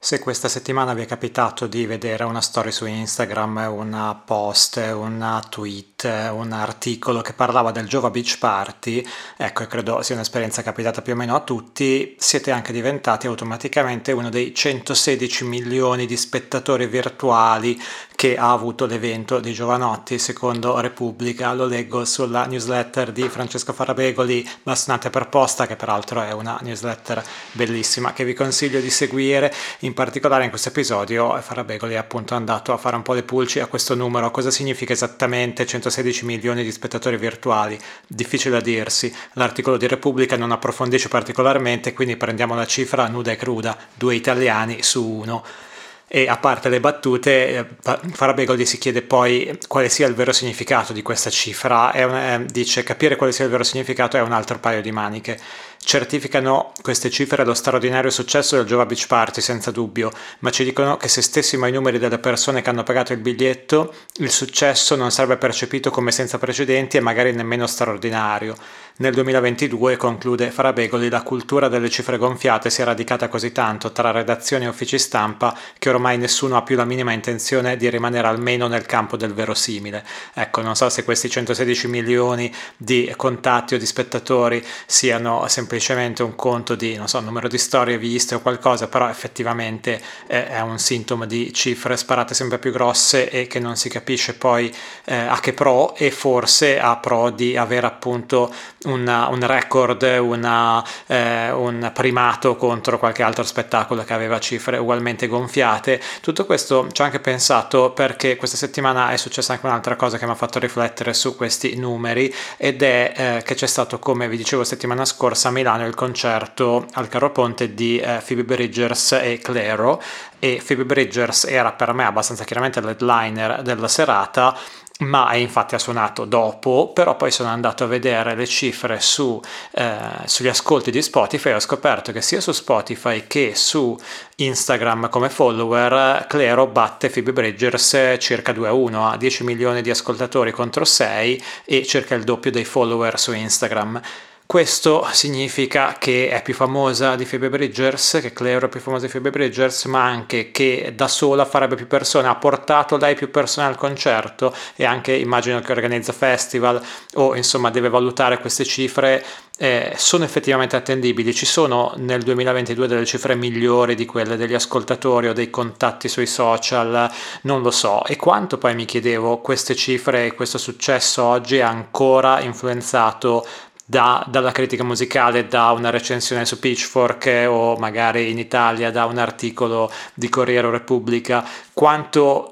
Se questa settimana vi è capitato di vedere una story su Instagram, una post, una tweet, un articolo che parlava del Jova Beach Party, ecco, e credo sia un'esperienza capitata più o meno a tutti, siete anche diventati automaticamente uno dei 116 milioni di spettatori virtuali che ha avuto l'evento di Giovanotti, secondo Repubblica. Lo leggo sulla newsletter di Francesco Farabegoli, Bastonate per Posta, che peraltro è una newsletter bellissima che vi consiglio di seguire. In particolare in questo episodio Farabegoli è appunto andato a fare un po' le pulci a questo numero. Cosa significa esattamente 116 milioni di spettatori virtuali? Difficile da dirsi. L'articolo di Repubblica non approfondisce particolarmente, quindi prendiamo la cifra nuda e cruda: 2 italiani su 1. E a parte le battute, Farabegoli si chiede poi quale sia il vero significato di questa cifra. Dice: capire quale sia il vero significato è un altro paio di maniche. Certificano queste cifre lo straordinario successo del Jova Beach Party, senza dubbio, ma ci dicono che se stessimo ai numeri delle persone che hanno pagato il biglietto, il successo non sarebbe percepito come senza precedenti e magari nemmeno straordinario. Nel 2022, conclude Farabegoli, la cultura delle cifre gonfiate si è radicata così tanto tra redazioni e uffici stampa che ormai nessuno ha più la minima intenzione di rimanere almeno nel campo del verosimile. Ecco, non so se questi 116 milioni di contatti o di spettatori siano semplicemente un conto di, non so, numero di storie viste o qualcosa, però effettivamente è un sintomo di cifre sparate sempre più grosse e che non si capisce poi a che pro, e forse a pro di avere appunto un record, un primato contro qualche altro spettacolo che aveva cifre ugualmente gonfiate. Tutto questo ci ho anche pensato perché questa settimana è successa anche un'altra cosa che mi ha fatto riflettere su questi numeri, ed è che c'è stato, come vi dicevo settimana scorsa, a Milano il concerto al Carro Ponte di Phoebe Bridgers e Clairo, e Phoebe Bridgers era per me abbastanza chiaramente l'headliner della serata, ma infatti ha suonato dopo. Però poi sono andato a vedere le cifre sugli ascolti di Spotify e ho scoperto che sia su Spotify che su Instagram come follower Clairo batte Phoebe Bridgers circa 2-1, ha 10 milioni di ascoltatori contro 6 e circa il doppio dei follower su Instagram. Questo significa che è più famosa di Phoebe Bridgers, che Clairo è più famosa di Phoebe Bridgers, ma anche che da sola farebbe più persone, ha portato lei più persone al concerto, e anche immagino che organizza festival o insomma deve valutare queste cifre. Sono effettivamente attendibili? Ci sono nel 2022 delle cifre migliori di quelle degli ascoltatori o dei contatti sui social? Non lo so. E quanto poi, mi chiedevo, queste cifre e questo successo oggi è ancora influenzato dalla critica musicale, da una recensione su Pitchfork o magari in Italia da un articolo di Corriere o Repubblica. Quanto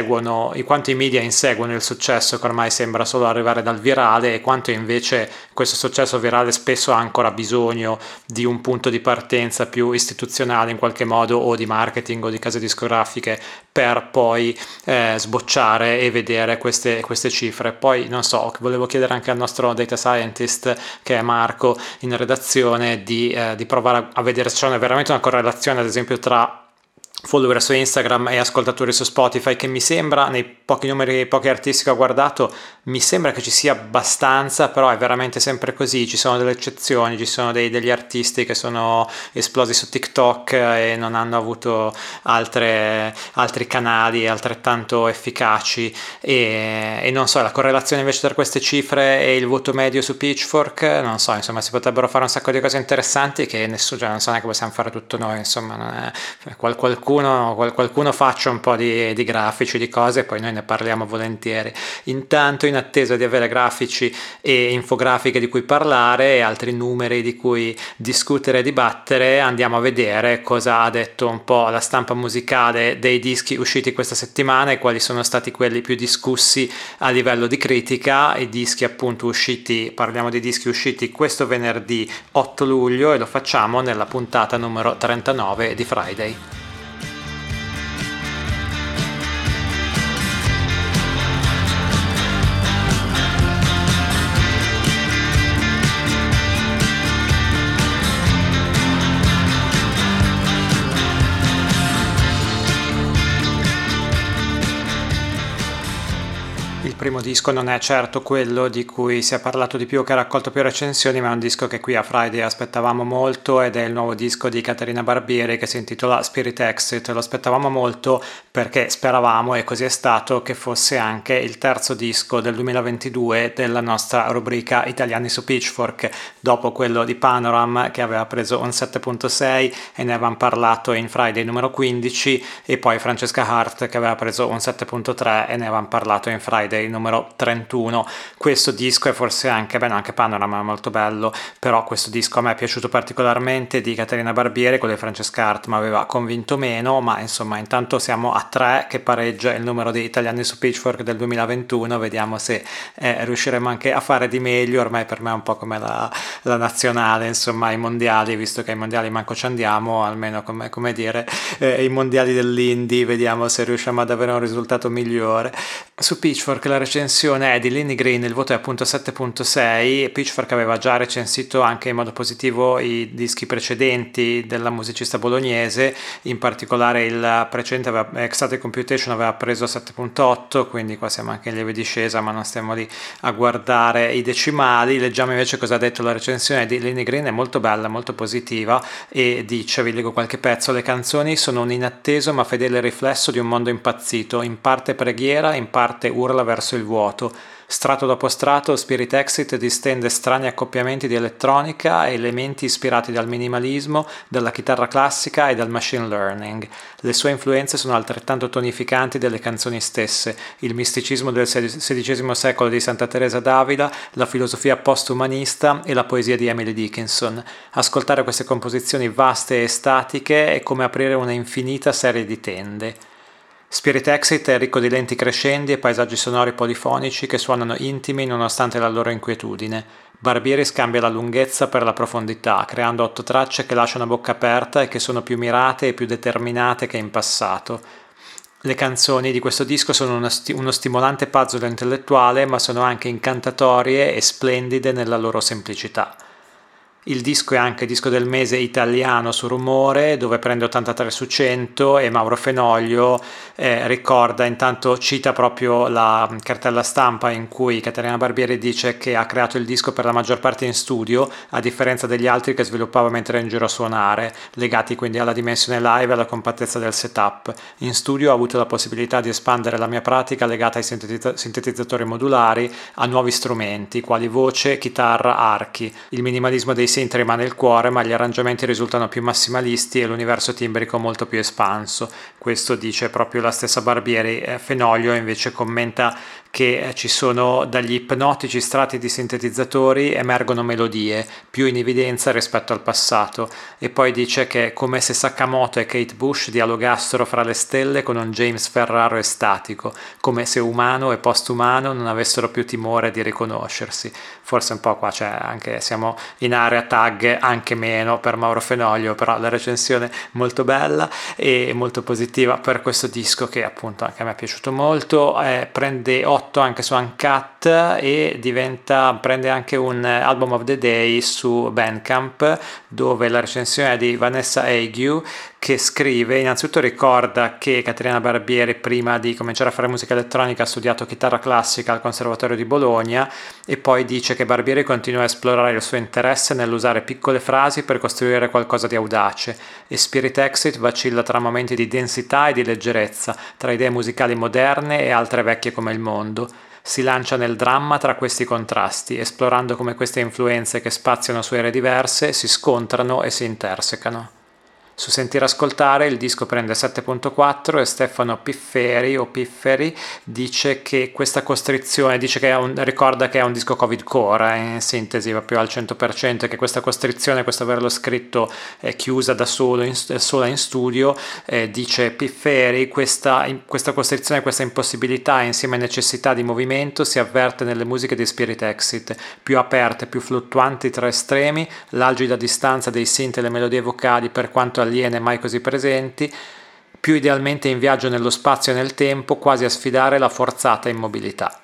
i media inseguono il successo che ormai sembra solo arrivare dal virale, e quanto invece questo successo virale spesso ha ancora bisogno di un punto di partenza più istituzionale in qualche modo, o di marketing o di case discografiche, per poi sbocciare e vedere queste cifre. Poi non so, volevo chiedere anche al nostro data scientist, che è Marco, in redazione, di provare a vedere se c'è veramente una correlazione, ad esempio, tra follower su Instagram e ascoltatori su Spotify, che mi sembra, nei pochi artisti che ho guardato, mi sembra che ci sia abbastanza, però è veramente sempre così. Ci sono delle eccezioni, ci sono degli artisti che sono esplosi su TikTok e non hanno avuto altri canali altrettanto efficaci, e non so, la correlazione invece tra queste cifre e il voto medio su Pitchfork, non so, insomma si potrebbero fare un sacco di cose interessanti che nessuno, cioè non so neanche possiamo fare tutto noi, insomma, non è, qualcuno faccia un po' di grafici, di cose, e poi noi ne parliamo volentieri. Intanto, in attesa di avere grafici e infografiche di cui parlare e altri numeri di cui discutere e dibattere, andiamo a vedere cosa ha detto un po' la stampa musicale dei dischi usciti questa settimana e quali sono stati quelli più discussi a livello di critica. I dischi appunto usciti, parliamo di dischi usciti questo venerdì 8 luglio, e lo facciamo nella puntata numero 39 di Friday. primo disco non è certo quello di cui si è parlato di più, che ha raccolto più recensioni, ma è un disco che qui a Friday aspettavamo molto ed è il nuovo disco di Caterina Barbieri che si intitola Spirit Exit. Lo aspettavamo molto perché speravamo, e così è stato, che fosse anche il terzo disco del 2022 della nostra rubrica Italiani su Pitchfork, dopo quello di Panoram che aveva preso un 7.6 e ne avevamo parlato in Friday numero 15, e poi Francesca Hart che aveva preso un 7.3 e ne avevamo parlato in Friday numero 31. Questo disco è forse anche, beh no, anche Panorama è molto bello, però questo disco a me è piaciuto particolarmente, di Caterina Barbieri. Quello di Francesca Hart mi aveva convinto meno, ma insomma intanto siamo a 3, che pareggia il numero di Italiani su Pitchfork del 2021, vediamo se riusciremo anche a fare di meglio. Ormai per me è un po' come la nazionale, insomma i mondiali, visto che ai mondiali manco ci andiamo, almeno come dire, i mondiali dell'indie, vediamo se riusciamo ad avere un risultato migliore. Su Pitchfork la recensione è di Lenny Green, il voto è appunto 7.6. Pitchfork aveva già recensito anche in modo positivo i dischi precedenti della musicista bolognese, in particolare il precedente Ecstatic Computation aveva preso 7.8, quindi qua siamo anche in lieve discesa, ma non stiamo lì a guardare i decimali. Leggiamo invece cosa ha detto la recensione di Lenny Green, è molto bella, molto positiva, e dice, vi leggo qualche pezzo: le canzoni sono un inatteso ma fedele riflesso di un mondo impazzito, in parte preghiera, in parte urla verso il vuoto. Strato dopo strato, Spirit Exit distende strani accoppiamenti di elettronica e elementi ispirati dal minimalismo, dalla chitarra classica e dal machine learning. Le sue influenze sono altrettanto tonificanti delle canzoni stesse: il misticismo del XVI secolo di Santa Teresa d'Avila, la filosofia post-umanista e la poesia di Emily Dickinson. Ascoltare queste composizioni vaste e statiche è come aprire una infinita serie di tende. Spirit Exit è ricco di lenti crescendi e paesaggi sonori polifonici che suonano intimi nonostante la loro inquietudine. Barbieri scambia la lunghezza per la profondità, creando 8 tracce che lasciano a bocca aperta e che sono più mirate e più determinate che in passato. Le canzoni di questo disco sono uno stimolante puzzle intellettuale, ma sono anche incantatorie e splendide nella loro semplicità. Il disco è anche disco del mese italiano su Rumore, dove prende 83 su 100, e Mauro Fenoglio ricorda, intanto cita proprio la cartella stampa in cui Caterina Barbieri dice che ha creato il disco per la maggior parte in studio, a differenza degli altri che sviluppava mentre era in giro a suonare, legati quindi alla dimensione live e alla compattezza del setup. In studio ho avuto la possibilità di espandere la mia pratica legata ai sintetizzatori modulari, a nuovi strumenti, quali voce, chitarra, archi. Il minimalismo dei synth rimane il cuore, ma gli arrangiamenti risultano più massimalisti e l'universo timbrico molto più espanso. Questo dice proprio la stessa Barbieri. Fenoglio invece commenta che ci sono, dagli ipnotici strati di sintetizzatori emergono melodie più in evidenza rispetto al passato, e poi dice che è come se Sakamoto e Kate Bush dialogassero fra le stelle con un James Ferraro estatico, come se umano e postumano non avessero più timore di riconoscersi. Forse un po' qua c'è anche, siamo in area tag, anche meno per Mauro Fenoglio, però la recensione molto bella e molto positiva per questo disco, che appunto anche a me è piaciuto molto. Prende 8 anche su Uncut e prende anche un Album of the Day su Bandcamp, dove la recensione è di Vanessa Ague, che scrive: innanzitutto ricorda che Caterina Barbieri prima di cominciare a fare musica elettronica ha studiato chitarra classica al Conservatorio di Bologna, e poi dice che Barbieri continua a esplorare il suo interesse nell'usare piccole frasi per costruire qualcosa di audace, e Spirit Exit vacilla tra momenti di densità e di leggerezza, tra idee musicali moderne e altre vecchie come il mondo. Si lancia nel dramma tra questi contrasti, esplorando come queste influenze che spaziano su ere diverse si scontrano e si intersecano. Su Sentire Ascoltare il disco prende 7.4 e Stefano Pifferi dice che questa costrizione, dice che ricorda che è un disco Covid core, in sintesi proprio al 100%, e che questa costrizione, questo averlo scritto chiusa da sola in studio, dice Pifferi, questa costrizione, questa impossibilità insieme a necessità di movimento si avverte nelle musiche di Spirit Exit, più aperte, più fluttuanti tra estremi, l'algida distanza dei synth e le melodie vocali per quanto aliene mai così presenti, più idealmente in viaggio nello spazio e nel tempo, quasi a sfidare la forzata immobilità.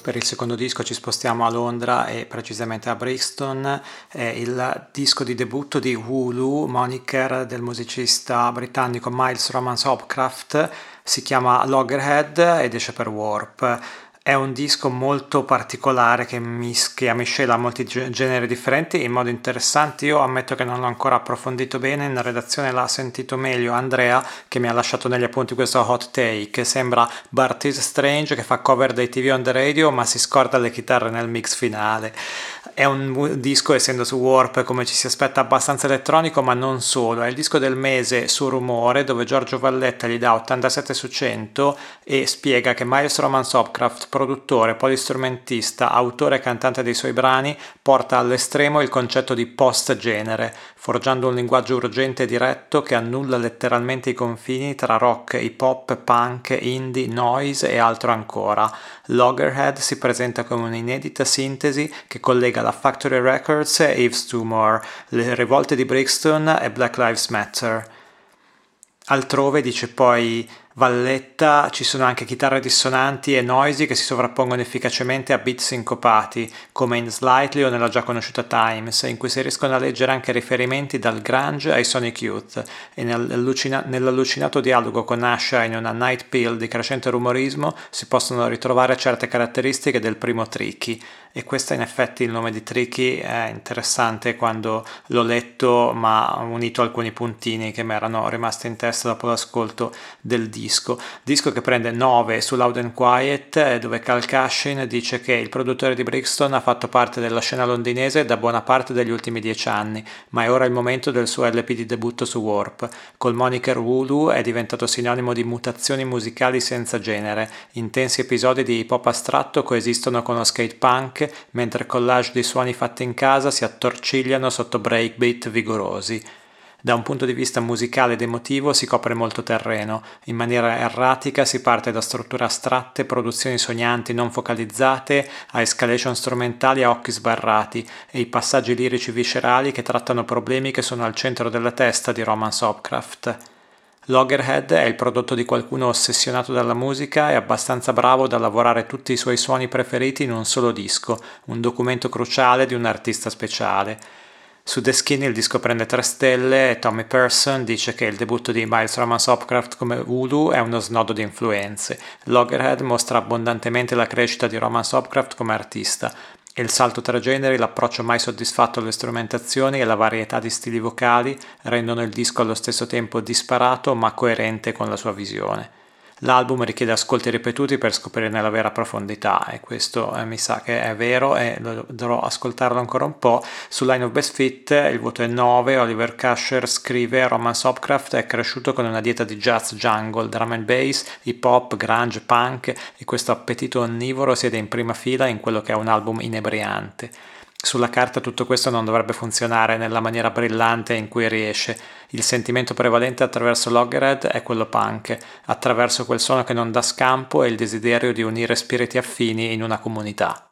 Per il secondo disco ci spostiamo a Londra e precisamente a Brixton. È il disco di debutto di Hulu, moniker del musicista britannico Miles Romance Hopcroft. Si chiama Loggerhead ed esce per Warp. È un disco molto particolare che miscela molti generi differenti in modo interessante. Io ammetto che non l'ho ancora approfondito bene, in redazione l'ha sentito meglio Andrea, che mi ha lasciato negli appunti questo hot take. Sembra Bartees Strange che fa cover dei TV on the radio ma si scorda le chitarre nel mix finale. È un disco, essendo su Warp, come ci si aspetta, abbastanza elettronico, ma non solo. È il disco del mese su Rumore, dove Giorgio Valletta gli dà 87 su 100 e spiega che Miles Romance Hopcroft, produttore, polistrumentista, autore e cantante dei suoi brani, porta all'estremo il concetto di post-genere, forgiando un linguaggio urgente e diretto che annulla letteralmente i confini tra rock, hip hop, punk, indie, noise e altro ancora. Loggerhead si presenta come un'inedita sintesi che collega la Factory Records e Yves Tumor, le rivolte di Brixton e Black Lives Matter. Altrove, dice poi Valletta, ci sono anche chitarre dissonanti e noisy che si sovrappongono efficacemente a beat sincopati, come in Slightly o nella già conosciuta Times, in cui si riescono a leggere anche riferimenti dal grunge ai Sonic Youth, e nell'allucinato dialogo con Asha in una Night Pill di crescente rumorismo si possono ritrovare certe caratteristiche del primo Tricky. E questo in effetti, il nome di Tricky, è interessante quando l'ho letto, ma ho unito alcuni puntini che mi erano rimasti in testa dopo l'ascolto del disco che prende 9 su Loud and Quiet, dove Cal Cashin dice che il produttore di Brixton ha fatto parte della scena londinese da buona parte degli ultimi 10 anni, ma è ora il momento del suo LP di debutto su Warp. Col moniker Hulu è diventato sinonimo di mutazioni musicali senza genere. Intensi episodi di hip hop astratto coesistono con lo skate punk, mentre collage di suoni fatti in casa si attorcigliano sotto breakbeat vigorosi. Da un punto di vista musicale ed emotivo si copre molto terreno. In maniera erratica si parte da strutture astratte, produzioni sognanti non focalizzate, a escalation strumentali a occhi sbarrati e i passaggi lirici viscerali che trattano problemi che sono al centro della testa di Romance Hopcroft. Loggerhead è il prodotto di qualcuno ossessionato dalla musica e abbastanza bravo da lavorare tutti i suoi suoni preferiti in un solo disco, un documento cruciale di un artista speciale. Su The Skin il disco prende 3 stelle e Tommy Person dice che il debutto di Miles Romance Hopcroft come Hulu è uno snodo di influenze. Loggerhead mostra abbondantemente la crescita di Romance Hopcroft come artista, e il salto tra generi, l'approccio mai soddisfatto alle strumentazioni e la varietà di stili vocali rendono il disco allo stesso tempo disparato ma coerente con la sua visione. L'album richiede ascolti ripetuti per scoprirne la vera profondità, e questo mi sa che è vero e dovrò ascoltarlo ancora un po'. Su Line of Best Fit il voto è 9. Oliver Cusher scrive: Romance Hopcroft è cresciuto con una dieta di jazz, jungle, drum and bass, hip hop, grunge, punk, e questo appetito onnivoro siede in prima fila in quello che è un album inebriante. Sulla carta tutto questo non dovrebbe funzionare nella maniera brillante in cui riesce. Il sentimento prevalente attraverso Loggerhead è quello punk, attraverso quel suono che non dà scampo e il desiderio di unire spiriti affini in una comunità.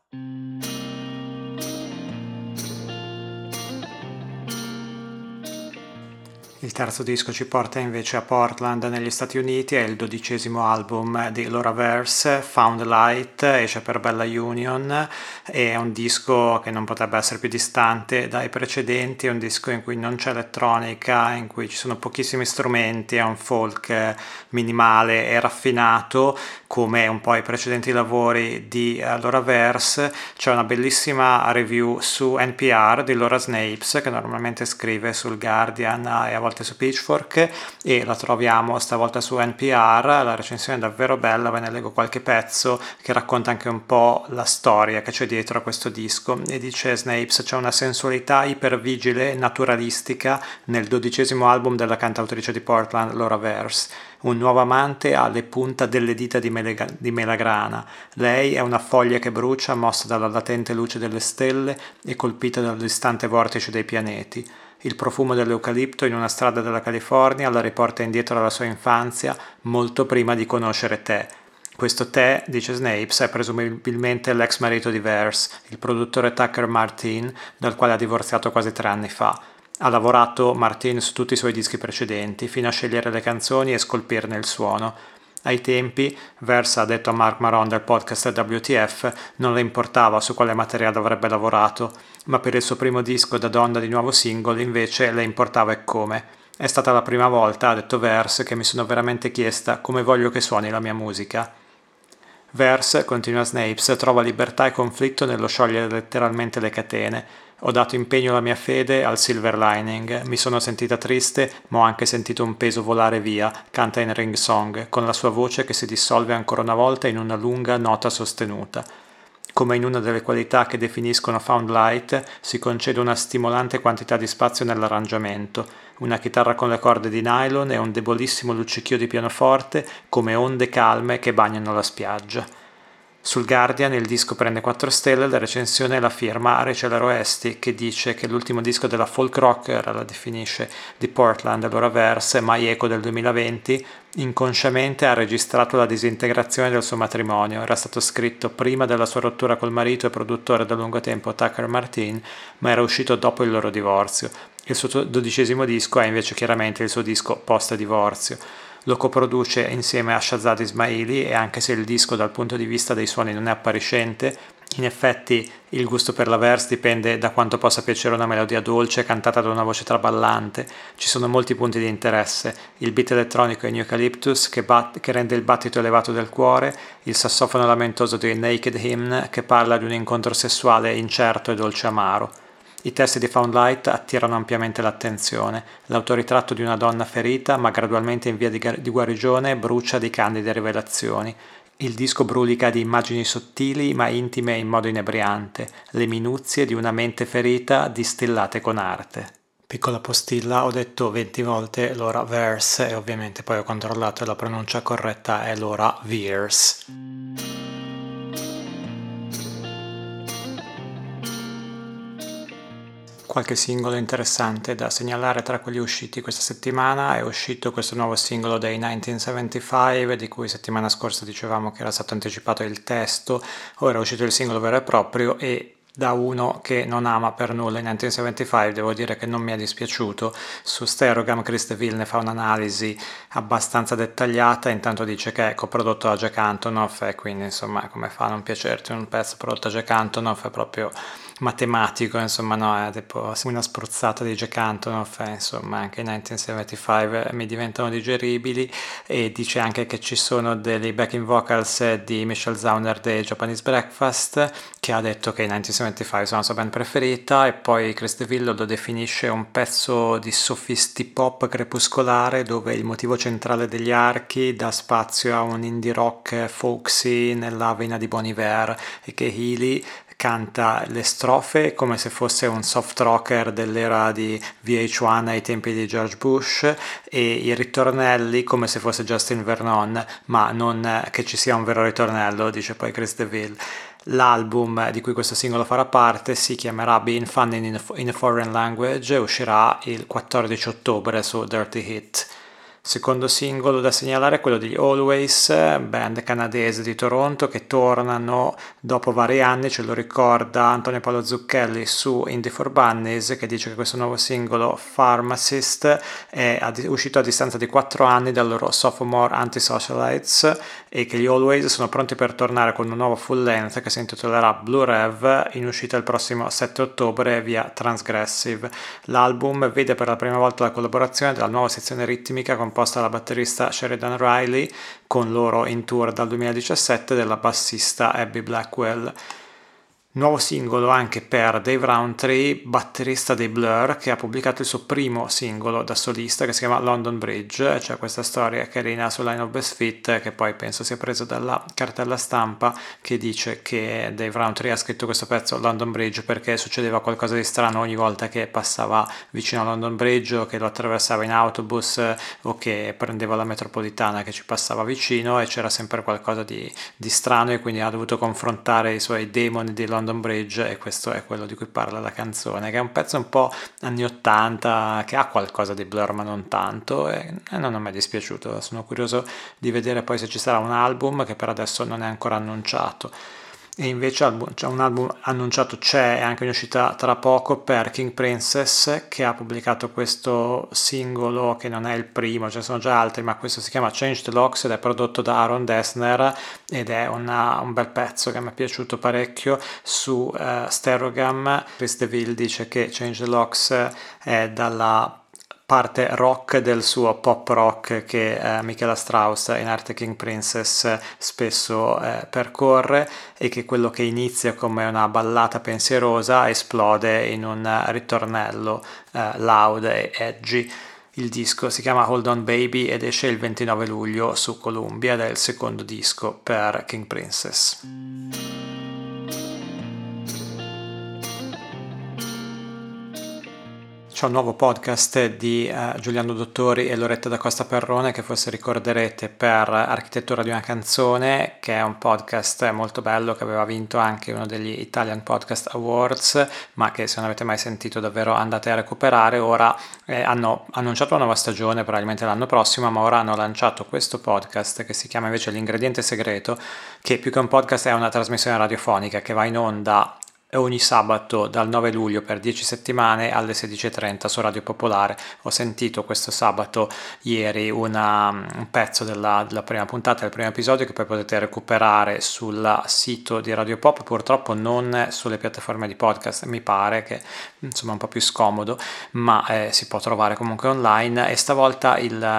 Il terzo disco ci porta invece a Portland negli Stati Uniti, è il 12° album di Laura Verse, Found Light, esce per Bella Union, è un disco che non potrebbe essere più distante dai precedenti, è un disco in cui non c'è elettronica, in cui ci sono pochissimi strumenti, è un folk minimale e raffinato come un po' i precedenti lavori di Laura Verse. C'è una bellissima review su NPR di Laura Snapes, che normalmente scrive sul Guardian e a volte su Pitchfork, e la troviamo stavolta su NPR. La recensione è davvero bella, ve ne leggo qualche pezzo che racconta anche un po' la storia che c'è dietro a questo disco. E dice Snapes: c'è una sensualità ipervigile, naturalistica nel 12° album della cantautrice di Portland Laura Verse. Un nuovo amante ha le punte delle dita di melagrana. Lei è una foglia che brucia, mossa dalla latente luce delle stelle e colpita dal distante vortice dei pianeti. Il profumo dell'eucalipto in una strada della California la riporta indietro alla sua infanzia, molto prima di conoscere te. Questo te, dice Snapes, è presumibilmente l'ex marito di Verse, il produttore Tucker Martin, dal quale ha divorziato quasi 3 anni fa. Ha lavorato Martin su tutti i suoi dischi precedenti, fino a scegliere le canzoni e scolpirne il suono. Ai tempi, Verse ha detto a Mark Maron del podcast WTF non le importava su quale materiale avrebbe lavorato, ma per il suo primo disco da donna di nuovo singolo invece le importava e come. È stata la prima volta, ha detto Verse, che mi sono veramente chiesta come voglio che suoni la mia musica. Verse, continua Snapes, trova libertà e conflitto nello sciogliere letteralmente le catene. Ho dato impegno alla mia fede al silver lining, mi sono sentita triste, ma ho anche sentito un peso volare via, canta in Ring Song, con la sua voce che si dissolve ancora una volta in una lunga nota sostenuta. Come in una delle qualità che definiscono Found Light, si concede una stimolante quantità di spazio nell'arrangiamento, una chitarra con le corde di nylon e un debolissimo luccichio di pianoforte come onde calme che bagnano la spiaggia. Sul Guardian il disco prende 4 stelle, la recensione la firma Rachel Roesti, che dice che l'ultimo disco della folk rocker, la definisce di Portland, allora Verse, My Echo del 2020, inconsciamente ha registrato la disintegrazione del suo matrimonio. Era stato scritto prima della sua rottura col marito e produttore da lungo tempo Tucker Martin, ma era uscito dopo il loro divorzio. Il suo 12° disco è invece chiaramente il suo disco post-divorzio. Lo coproduce insieme a Shahzad Ismaili e anche se il disco dal punto di vista dei suoni non è appariscente, in effetti il gusto per la verse dipende da quanto possa piacere una melodia dolce cantata da una voce traballante. Ci sono molti punti di interesse: il beat elettronico in Eucalyptus che rende il battito elevato del cuore, il sassofono lamentoso di Naked Hymn che parla di un incontro sessuale incerto e dolce amaro. I testi di Found Light attirano ampiamente l'attenzione. L'autoritratto di una donna ferita, ma gradualmente in via di guarigione, brucia di candide rivelazioni. Il disco brulica di immagini sottili ma intime in modo inebriante, le minuzie di una mente ferita distillate con arte. Piccola postilla, ho detto 20 volte l'ora verse e ovviamente poi ho controllato e la pronuncia corretta è l'ora verse. Qualche singolo interessante da segnalare tra quelli usciti questa settimana: è uscito questo nuovo singolo dei 1975, di cui settimana scorsa dicevamo che era stato anticipato il testo. Ora è uscito il singolo vero e proprio e da uno che non ama per nulla i 1975 devo dire che non mi è dispiaciuto. Su Stereogam Chris DeVille ne fa un'analisi abbastanza dettagliata, intanto dice che è coprodotto da Jack Antonoff e quindi insomma come fa a non piacerti un pezzo prodotto da Jack Antonoff? È proprio matematico, insomma no, è tipo una spruzzata di Jack Antonoff, insomma anche i 1975 mi diventano digeribili. E dice anche che ci sono dei backing vocals di Michelle Zauner dei Japanese Breakfast, che ha detto che i 1975 sono la sua band preferita, e poi Chris DeVille lo definisce un pezzo di sophisti pop crepuscolare dove il motivo centrale degli archi dà spazio a un indie rock folksy nella vena di Bon Iver e che Healy canta le strofe come se fosse un soft rocker dell'era di VH1 ai tempi di George Bush e i ritornelli come se fosse Justin Vernon, ma non che ci sia un vero ritornello, dice poi Chris DeVille. L'album di cui questo singolo farà parte si chiamerà Being Fun in a Foreign Language e uscirà il 14 ottobre su Dirty Hit. Secondo singolo da segnalare è quello di Always, band canadese di Toronto che tornano dopo vari anni, ce lo ricorda Antonio Paolo Zucchelli su Indie for Bunnies, che dice che questo nuovo singolo Pharmacist è uscito a distanza di 4 anni dal loro sophomore Antisocialites e che gli Always sono pronti per tornare con un nuovo full length che si intitolerà Blue Rev, in uscita il prossimo 7 ottobre via Transgressive. L'album vede per la prima volta la collaborazione della nuova sezione ritmica composta dalla batterista Sheridan Riley, con loro in tour dal 2017, della bassista Abby Blackwell. Nuovo singolo anche per Dave Rowntree, batterista dei Blur, che ha pubblicato il suo primo singolo da solista che si chiama London Bridge. C'è questa storia carina su Line of Best Fit che poi penso sia presa dalla cartella stampa, che dice che Dave Rowntree ha scritto questo pezzo London Bridge perché succedeva qualcosa di strano ogni volta che passava vicino a London Bridge o che lo attraversava in autobus o che prendeva la metropolitana che ci passava vicino, e c'era sempre qualcosa di strano, e quindi ha dovuto confrontare i suoi demoni di London Bridge, e questo è quello di cui parla la canzone, che è un pezzo un po' anni 80 che ha qualcosa di Blur ma non tanto, e non mi è dispiaciuto. Sono curioso di vedere poi se ci sarà un album che per adesso non è ancora annunciato. E invece c'è un album annunciato, c'è anche un'uscita tra poco per King Princess, che ha pubblicato questo singolo che non è il primo, ce ne sono già altri, ma questo si chiama Change the Locks ed è prodotto da Aaron Dessner ed è un bel pezzo che mi è piaciuto parecchio. Su Stereogam Chris DeVille dice che Change the Locks è dalla parte rock del suo pop rock che Michaela Strauss in arte King Princess spesso percorre, e che quello che inizia come una ballata pensierosa esplode in un ritornello loud e edgy. Il disco si chiama Hold On Baby ed esce il 29 luglio su Columbia ed è il secondo disco per King Princess. C'è un nuovo podcast di Giuliano Dottori e Loretta da Costa Perrone che forse ricorderete per Architettura di una canzone, che è un podcast molto bello che aveva vinto anche uno degli Italian Podcast Awards, ma che se non avete mai sentito davvero andate a recuperare. Ora hanno annunciato una nuova stagione probabilmente l'anno prossimo, ma ora hanno lanciato questo podcast che si chiama invece L'ingrediente segreto, che più che un podcast è una trasmissione radiofonica che va in onda ogni sabato dal 9 luglio per 10 settimane alle 16:30 su Radio Popolare. Ho sentito questo sabato, ieri, un pezzo della prima puntata, del primo episodio, che poi potete recuperare sul sito di Radio Pop, purtroppo non sulle piattaforme di podcast, mi pare che insomma è un po' più scomodo, ma si può trovare comunque online. E stavolta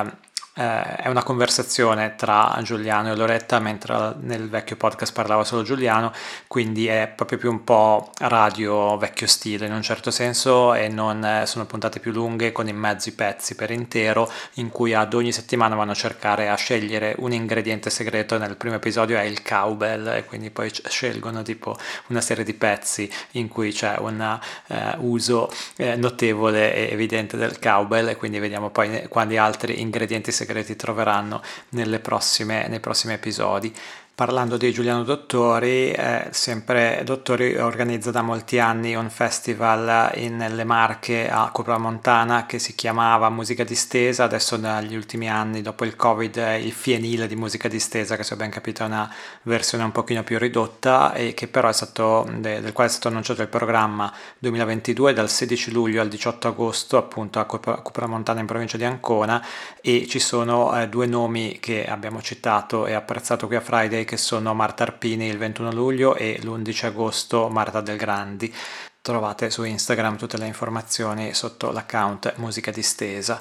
è una conversazione tra Giuliano e Loretta, mentre nel vecchio podcast parlava solo Giuliano, quindi è proprio più un po' radio vecchio stile in un certo senso, e non sono puntate più lunghe con in mezzo i pezzi per intero, in cui ad ogni settimana vanno a scegliere un ingrediente segreto. Nel primo episodio è il cowbell, e quindi poi scelgono tipo una serie di pezzi in cui c'è un uso notevole e evidente del cowbell, e quindi vediamo poi quali altri ingredienti segreti troveranno nei prossimi episodi. Parlando di Giuliano Dottori, sempre Dottori organizza da molti anni un festival nelle Marche a Copramontana che si chiamava Musica Distesa. Adesso negli ultimi anni, dopo il Covid, è il Fienile di Musica Distesa, che se ho ben capito è una versione un pochino più ridotta, e che però del quale è stato annunciato il programma 2022 dal 16 luglio al 18 agosto appunto a Copramontana in provincia di Ancona. E ci sono due nomi che abbiamo citato e apprezzato qui a Friday, che sono Marta Arpini il 21 luglio e l'11 agosto Marta Del Grandi. Trovate su Instagram tutte le informazioni sotto l'account Musica Distesa.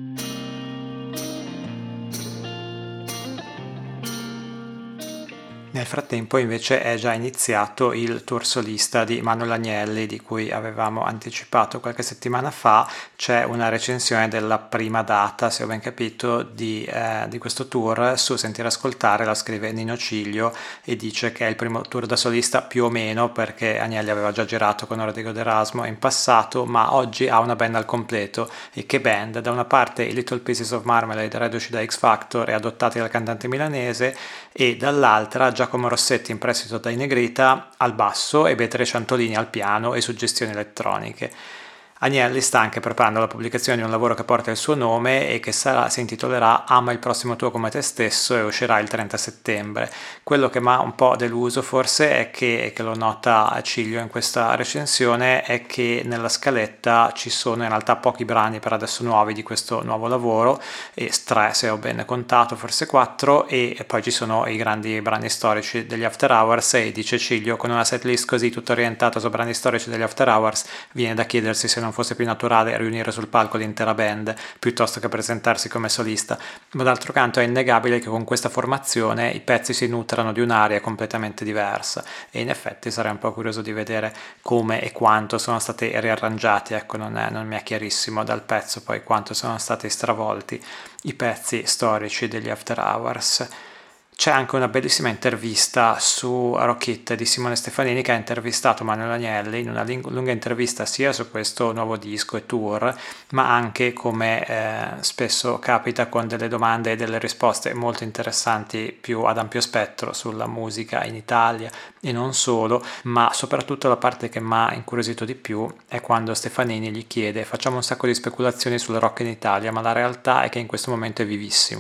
Nel frattempo invece è già iniziato il tour solista di Manuel Agnelli, di cui avevamo anticipato qualche settimana fa. C'è una recensione della prima data, se ho ben capito, di questo tour su Sentire Ascoltare, la scrive Nino Ciglio, e dice che è il primo tour da solista più o meno, perché Agnelli aveva già girato con Rodrigo D'Erasmo in passato, ma oggi ha una band al completo. E che band? Da una parte i Little Pieces of Marmalade, reduci da X Factor e adottati dal cantante milanese, e dall'altra Giacomo Rossetti in prestito dai Negrita al basso e Beatrice Ciantolini al piano e suggestioni elettroniche. Agnelli sta anche preparando la pubblicazione di un lavoro che porta il suo nome e che si intitolerà Ama il prossimo tuo come te stesso, e uscirà il 30 settembre. Quello che mi ha un po' deluso forse è che lo nota Ciglio in questa recensione, è che nella scaletta ci sono in realtà pochi brani per adesso nuovi di questo nuovo lavoro, e 3 se ho ben contato, forse 4, e poi ci sono i grandi brani storici degli After Hours. E dice Ciglio, con una setlist così tutta orientata su brani storici degli After Hours viene da chiedersi se non fosse più naturale riunire sul palco l'intera band piuttosto che presentarsi come solista. Ma d'altro canto è innegabile che con questa formazione i pezzi si nutrano di un'aria completamente diversa, e in effetti sarei un po' curioso di vedere come e quanto sono stati riarrangiati. Ecco, non mi è chiarissimo dal pezzo poi quanto sono stati stravolti i pezzi storici degli After Hours. C'è anche una bellissima intervista su Rock It di Simone Stefanini, che ha intervistato Manuel Agnelli in una lunga intervista sia su questo nuovo disco e tour, ma anche, come spesso capita, con delle domande e delle risposte molto interessanti, più ad ampio spettro, sulla musica in Italia e non solo. Ma soprattutto la parte che mi ha incuriosito di più è quando Stefanini gli chiede: facciamo un sacco di speculazioni sul rock in Italia, ma la realtà è che in questo momento è vivissimo.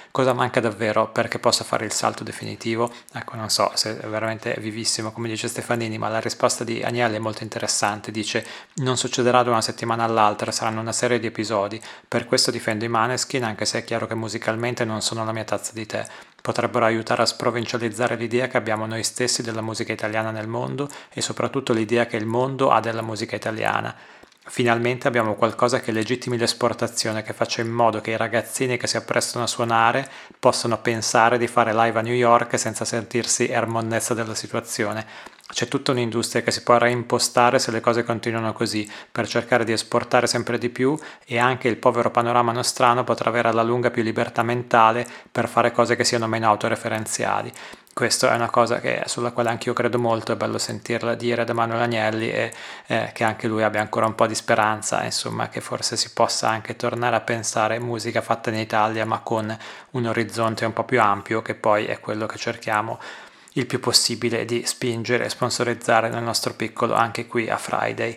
cosa manca davvero perché possa fare il salto definitivo? Ecco, non so se è veramente vivissimo come dice Stefanini, ma la risposta di Agnelli è molto interessante. Dice: non succederà da una settimana all'altra, saranno una serie di episodi, per questo difendo i Maneskin, anche se è chiaro che musicalmente non sono la mia tazza di tè. Potrebbero aiutare a sprovincializzare l'idea che abbiamo noi stessi della musica italiana nel mondo e soprattutto l'idea che il mondo ha della musica italiana. Finalmente abbiamo qualcosa che legittimi l'esportazione, che faccia in modo che i ragazzini che si apprestano a suonare possano pensare di fare live a New York senza sentirsi ermonnezza della situazione. C'è tutta un'industria che si può reimpostare se le cose continuano così, per cercare di esportare sempre di più, e anche il povero panorama nostrano potrà avere alla lunga più libertà mentale per fare cose che siano meno autoreferenziali. Questa è una cosa sulla quale anch'io credo molto, è bello sentirla dire da Manuel Agnelli e che anche lui abbia ancora un po' di speranza, insomma, che forse si possa anche tornare a pensare musica fatta in Italia ma con un orizzonte un po' più ampio, che poi è quello che cerchiamo il più possibile di spingere e sponsorizzare nel nostro piccolo anche qui a Friday.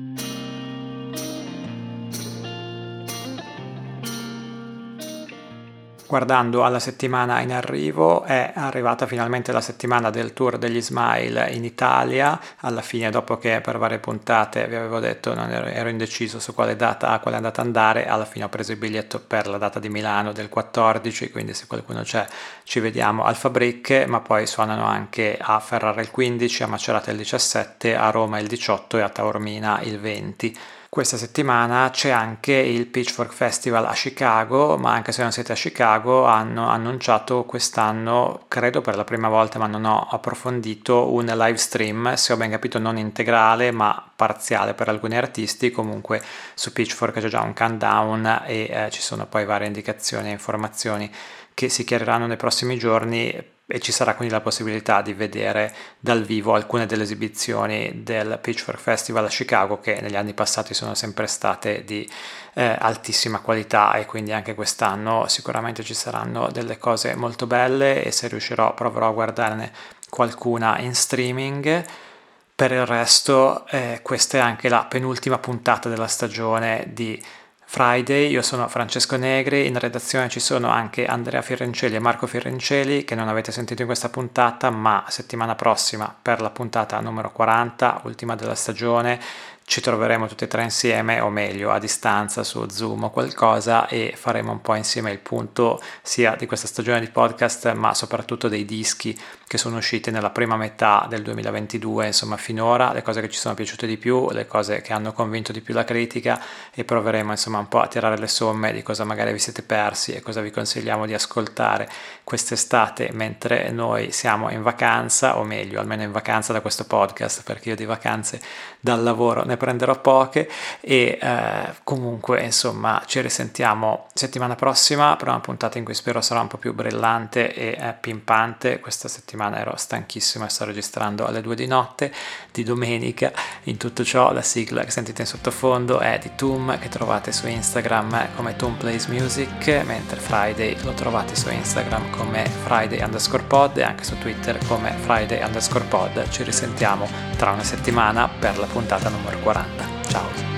Guardando alla settimana in arrivo, è arrivata finalmente la settimana del tour degli Smile in Italia. Alla fine, dopo che per varie puntate vi avevo detto ero indeciso su quale andata andare, alla fine ho preso il biglietto per la data di Milano del 14, quindi se qualcuno c'è ci vediamo al Fabric, ma poi suonano anche a Ferrara il 15, a Macerata il 17, a Roma il 18 e a Taormina il 20. Questa settimana c'è anche il Pitchfork Festival a Chicago, ma anche se non siete a Chicago hanno annunciato quest'anno, credo per la prima volta ma non ho approfondito, un live stream, se ho ben capito non integrale ma parziale per alcuni artisti. Comunque su Pitchfork c'è già un countdown e ci sono poi varie indicazioni e informazioni che si chiariranno nei prossimi giorni, e ci sarà quindi la possibilità di vedere dal vivo alcune delle esibizioni del Pitchfork Festival a Chicago, che negli anni passati sono sempre state di altissima qualità, e quindi anche quest'anno sicuramente ci saranno delle cose molto belle, e se riuscirò proverò a guardarne qualcuna in streaming. Per il resto questa è anche la penultima puntata della stagione di Friday. Io sono Francesco Negri, in redazione ci sono anche Andrea Firencelli e Marco Firencelli, che non avete sentito in questa puntata, ma settimana prossima per la puntata numero 40, ultima della stagione, ci troveremo tutti e tre insieme, o meglio a distanza su Zoom o qualcosa, e faremo un po' insieme il punto sia di questa stagione di podcast ma soprattutto dei dischi che sono usciti nella prima metà del 2022, insomma finora, le cose che ci sono piaciute di più, le cose che hanno convinto di più la critica, e proveremo insomma un po' a tirare le somme di cosa magari vi siete persi e cosa vi consigliamo di ascoltare quest'estate mentre noi siamo in vacanza, o meglio almeno in vacanza da questo podcast, perché io di vacanze dal lavoro ne prenderò poche. E comunque insomma ci risentiamo settimana prossima per una puntata in cui spero sarà un po' più brillante e pimpante. Questa settimana ero stanchissimo e sto registrando alle 2 di notte di domenica. In tutto ciò la sigla che sentite in sottofondo è di Toom, che trovate su Instagram come Toom Plays Music, mentre Friday lo trovate su Instagram come Friday_pod e anche su Twitter come Friday_pod. Ci risentiamo tra una settimana per la puntata numero 40. Ciao!